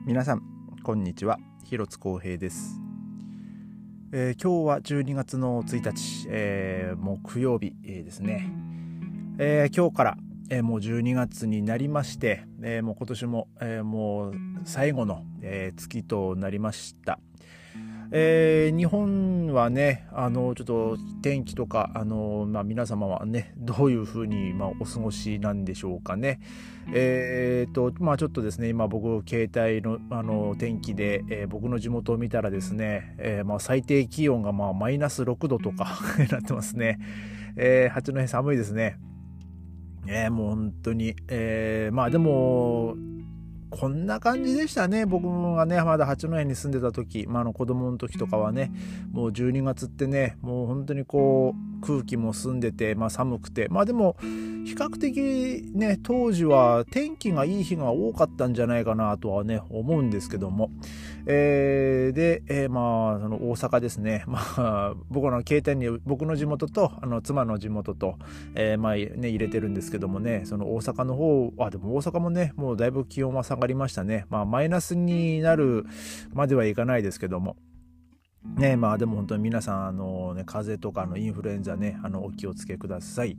皆さんこんにちは、広津光平です。今日は12月の1日、木曜日、ですね。今日から、もう12月になりまして、もう今年も、もう最後の、月となりました。日本はね、ちょっと天気とか、皆様はね、どういうふうに、お過ごしなんでしょうかね。ちょっとですね、今僕携帯の、天気で、僕の地元を見たらですね、最低気温がマイナス6度とかなってますね。八戸寒いですね。もう本当に、でもこんな感じでしたね。僕がねまだ八戸に住んでた時、子供の時とかはね、もう12月ってね、もう本当にこう空気も澄んでて、寒くて、でも比較的ね当時は天気がいい日が多かったんじゃないかなとはね思うんですけども、で、その大阪ですね。僕の携帯に僕の地元と妻の地元と、入れてるんですけどもね、その大阪の方でも大阪もねもうだいぶ気温は下がりましたね。マイナスになるまではいかないですけどもね。でも本当に皆さん風邪とかインフルエンザねお気をつけください。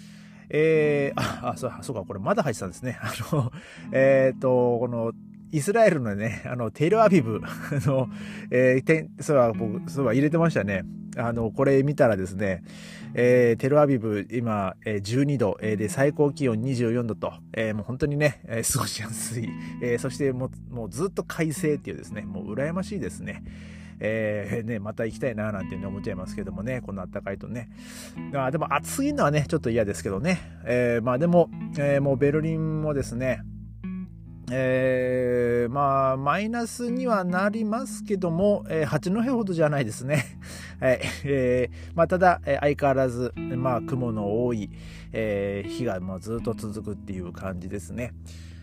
そうか、これまだ入ってたんですね。このイスラエルのね、テルアビブの、そうは入れてましたね。これ見たらですね、テルアビブ今、12度、で最高気温24度と、もう本当にね、過ごしやすい、そしてもうずっと快晴っていうですね、もう羨ましいですね。また行きたいななんて思っちゃいますけどもね、この暖かいとね。でも暑いのはねちょっと嫌ですけどね。でも、もうベルリンもですね、マイナスにはなりますけども、八戸ほどじゃないですね。はい。ただ、相変わらず、雲の多い、日がずっと続くっていう感じですね。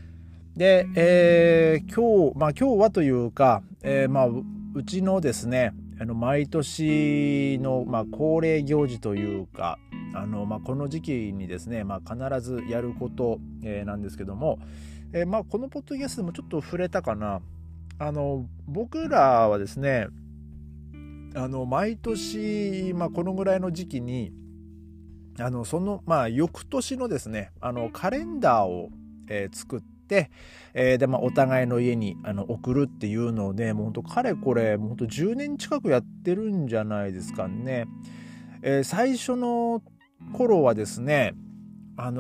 で、今日はというか、うちのですね毎年の、恒例行事というかこの時期にですね、必ずやること、なんですけども、このポッドキャストでもちょっと触れたかな。僕らはですね毎年、このぐらいの時期にその、翌年のですねカレンダーを、作って、でお互いの家に送るっていうので、もうほんとかれこれもうほんと10年近くやってるんじゃないですかね。最初の頃はですねなん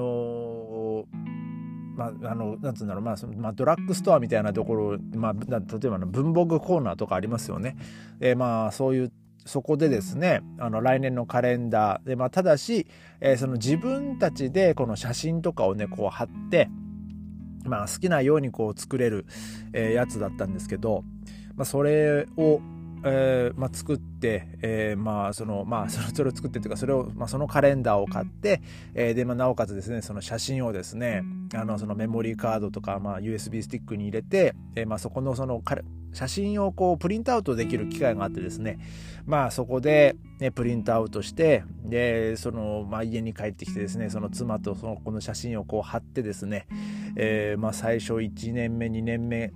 つうんだろう、ドラッグストアみたいなところ、例えば文房具コーナーとかありますよね。そこでですね来年のカレンダーで、ただし、その自分たちでこの写真とかをねこう貼って、好きなようにこう作れる、やつだったんですけど、それを作って、それを作ってというか、それを、そのカレンダーを買って、で、なおかつですねその写真をですねそのメモリーカードとか、USB スティックに入れて、そこのその写真をこうプリントアウトできる機械があってですね、そこで、プリントアウトして、でその、家に帰ってきてですねその妻とこの写真をこう貼ってですね、最初1年目2年目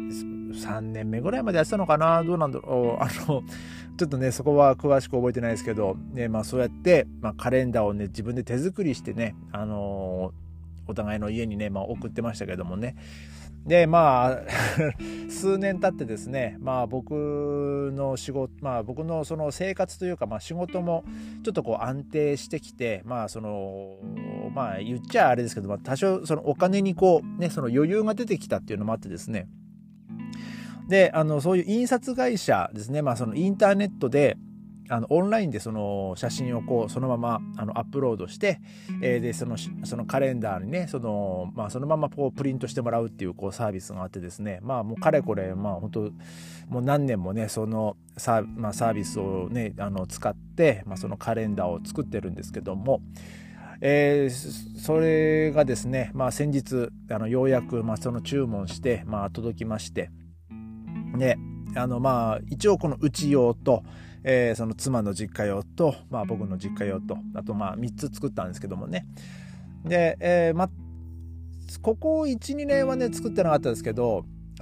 3年目ぐらいまでやってたのかな、どうなんだろう、ちょっとねそこは詳しく覚えてないですけど、そうやって、カレンダーをね自分で手作りしてね、お互いの家にね、送ってましたけどもね。で数年経ってですね、僕の仕事、僕のその生活というか、仕事もちょっとこう安定してきて、言っちゃあれですけど、多少そのお金にこうねその余裕が出てきたっていうのもあってですね、でそういう印刷会社ですね、そのインターネットでオンラインでその写真をこうそのままアップロードして、でそのカレンダーにねそのままこうプリントしてもらうっていうこうサービスがあってですね、もうかれこれ本当もう何年もねそのサービスをね使って、そのカレンダーを作ってるんですけども、それがですね、先日ようやくその注文して、届きまして、で一応このうち用と、その妻の実家用と、僕の実家用と、あと3つ作ったんですけどもね。で、ここ 1,2 年はね作ってなかったですけど、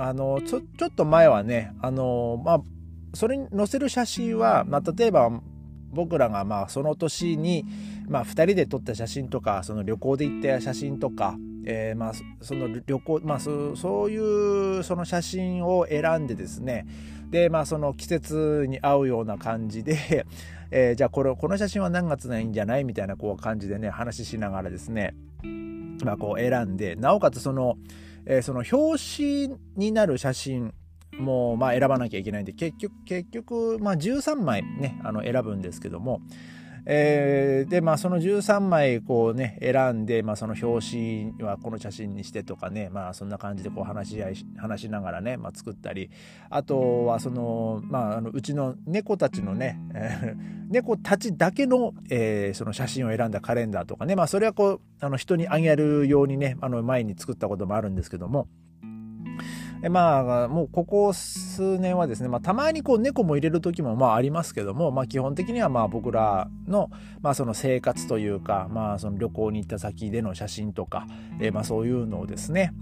ちょっと前はね、それに載せる写真は、例えば僕らがその年に、2人で撮った写真とか、その旅行で行った写真とか、その旅行、そういうその写真を選んでですね、でその季節に合うような感じで、じゃあこの写真は何月がいいんじゃないみたいな感じでね、話しながらですね、選んで、なおかつその表紙になる写真も選ばなきゃいけないんで、結局13枚ね選ぶんですけども、でその13枚選んで、その表紙はこの写真にしてとかね、そんな感じで話しながらね、作ったり、あとはうちの猫たちのね、猫たちだけの、その写真を選んだカレンダーとかね、それは人にあげるようにね前に作ったこともあるんですけども、もうここ数年はですね、たまに猫も入れる時もありますけども、基本的には僕らの、その生活というか、その旅行に行った先での写真とか、そういうのをですね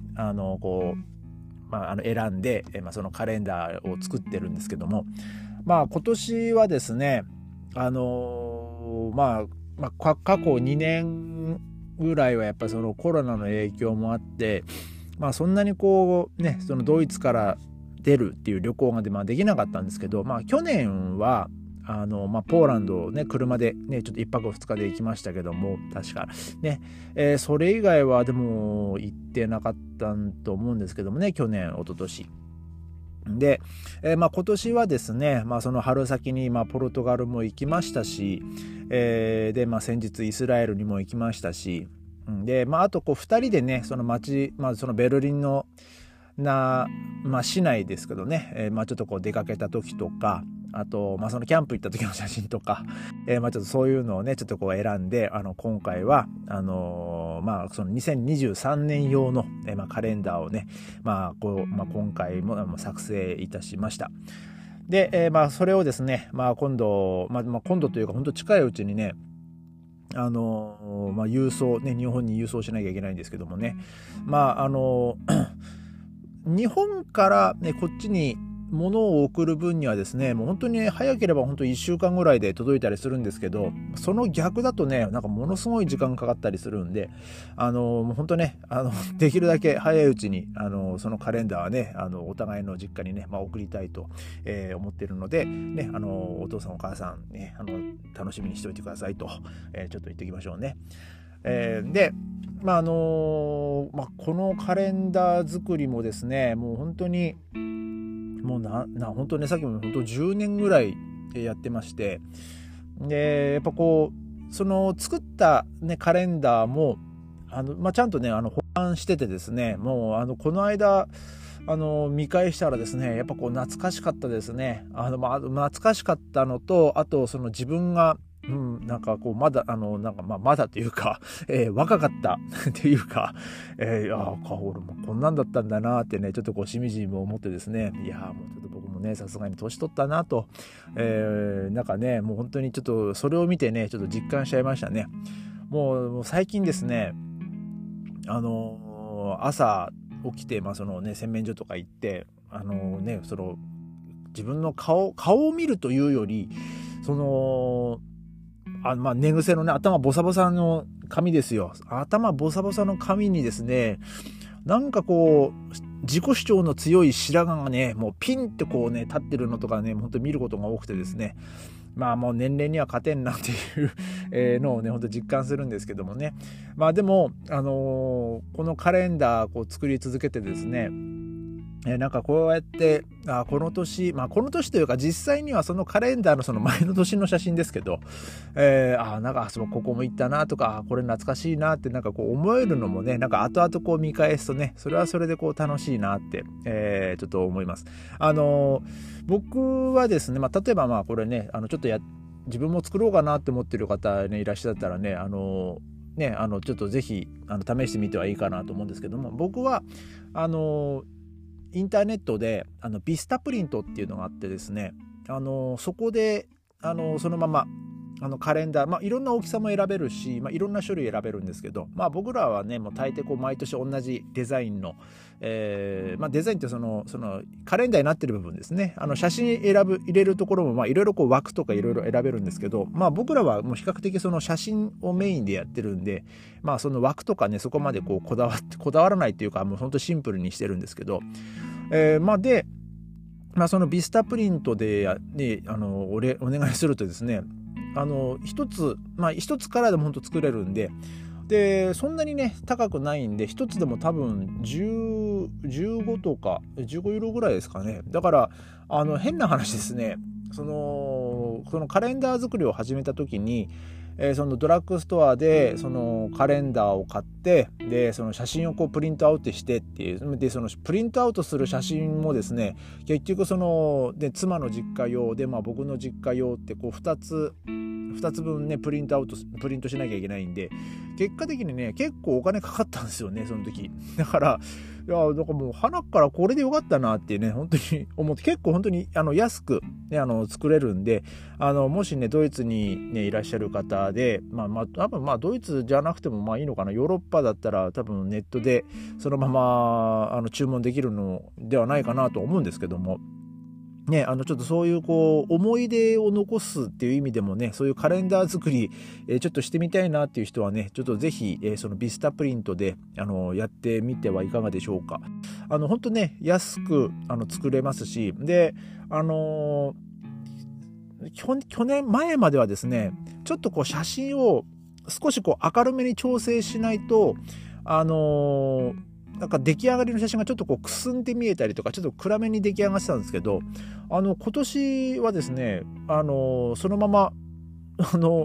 選んで、そのカレンダーを作ってるんですけども、今年はですね過去2年ぐらいはやっぱりそのコロナの影響もあって、そんなにそのドイツから出るっていう旅行ができなかったんですけど、去年はポーランドをね車でねちょっと1泊2日で行きましたけども、確かね、それ以外はでも行ってなかったと思うんですけどもね、去年一昨年で、今年はですね、その春先にポルトガルも行きましたし、で先日イスラエルにも行きましたし、であと2人でねその街、そのベルリンの市内ですけどね、ちょっと出かけた時とか、あとそのキャンプ行った時の写真とか、ちょっとそういうのをねちょっと選んで、今回はその2023年用の、カレンダーをね今回も作成いたしました。で、それをですね今度というか本当近いうちにね郵送ね、日本に郵送しなきゃいけないんですけどもね、日本からねこっちに物を送る分にはですね、もう本当に早ければ本当1週間ぐらいで届いたりするんですけど、その逆だとねものすごい時間かかったりするんで、もう本当ねできるだけ早いうちにそのカレンダーはねお互いの実家にね送りたいと、思っているのでね、お父さんお母さんね楽しみにしておいてくださいと、ちょっと言っておきましょうね。でこのカレンダー作りもですね、もう本当にもう本当ね、さっきも本当10年ぐらいやってまして、でやっぱその作った、ね、カレンダーもちゃんとね保管しててですね、もうこの間見返したらですね、やっぱ懐かしかったですね。懐かしかったのと、あとその自分がまだまだというか、若かったっていうか、俺もこんなんだったんだなってね、ちょっとしみじみ思ってですね、いやもうちょっと僕もねさすがに年取ったなと、もう本当にちょっとそれを見てねちょっと実感しちゃいましたね。もう最近ですね朝起きてそのね洗面所とか行ってその自分の顔を見るというより、その寝癖のね頭ボサボサの髪ですよ。頭ボサボサの髪にですね、自己主張の強い白髪がねもうピンって立ってるのとかね、本当見ることが多くてですね、もう年齢には勝てんなっていうのをね本当実感するんですけどもね。でもこのカレンダー作り続けてですね、こうやってこの年というか実際にはそのカレンダーのその前の年の写真ですけど、ここも行ったなとか、これ懐かしいなって思えるのもね後々見返すとね、それはそれで楽しいなって、ちょっと思います。僕はですね、例えばこれねちょっと自分も作ろうかなって思ってる方ねいらっしゃったらねちょっとぜひ試してみてはいいかなと思うんですけども、僕はインターネットでビスタプリントっていうのがあってですね、そこでそのままカレンダー、いろんな大きさも選べるし、いろんな種類選べるんですけど、僕らはねもう大抵毎年同じデザインの、デザインってそのカレンダーになってる部分ですね。写真入れるところもいろいろ枠とかいろいろ選べるんですけど、僕らはもう比較的その写真をメインでやってるんで、その枠とかねそこまでこだわらないっていうか、もう本当シンプルにしてるんですけど、でそのビスタプリントで、お願いするとですね、一つからでも本当作れるんで、そんなにね高くないんで、一つでも多分15とか15ユーロぐらいですかね。だから変な話ですね、そのカレンダー作りを始めた時に、そのドラッグストアでそのカレンダーを買って、でその写真をプリントアウトしてっていう、でそのプリントアウトする写真もですね、結局妻の実家用で、僕の実家用って2つ分ねプリントしなきゃいけないんで、結果的にね結構お金かかったんですよね、その時。だからもう鼻からこれでよかったなってね本当に思って、結構本当に安くね作れるんで、もしねドイツにねいらっしゃる方で、多分ドイツじゃなくてもいいのかな、ヨーロッパだったら多分ネットでそのまま注文できるのではないかなと思うんですけどもね、ちょっとそういう思い出を残すっていう意味でもね、そういうカレンダー作り、ちょっとしてみたいなっていう人はね、ちょっとぜひ、そのビスタプリントでやってみてはいかがでしょうか。本当ね安く作れますし、で去年前まではですね、ちょっと写真を少し明るめに調整しないとなんか出来上がりの写真がちょっとくすんで見えたりとか、ちょっと暗めに出来上がってたんですけど、今年はですねそのままア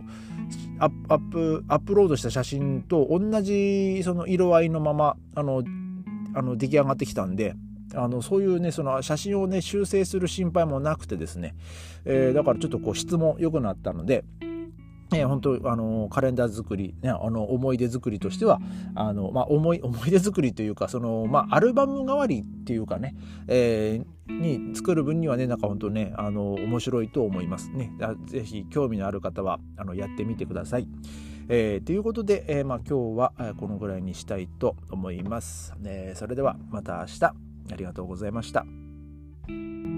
ップロードした写真と同じその色合いのまま出来上がってきたんで、そういうねその写真をね修正する心配もなくてですね、だからちょっと質も良くなったので、本当カレンダー作り、ね、思い出作りとしては思い出作りというか、アルバム代わりっていうかね、に作る分にはねなんか本当ね面白いと思いますね。ぜひ興味のある方はやってみてください。ということで、今日はこのぐらいにしたいと思います。それではまた明日、ありがとうございました。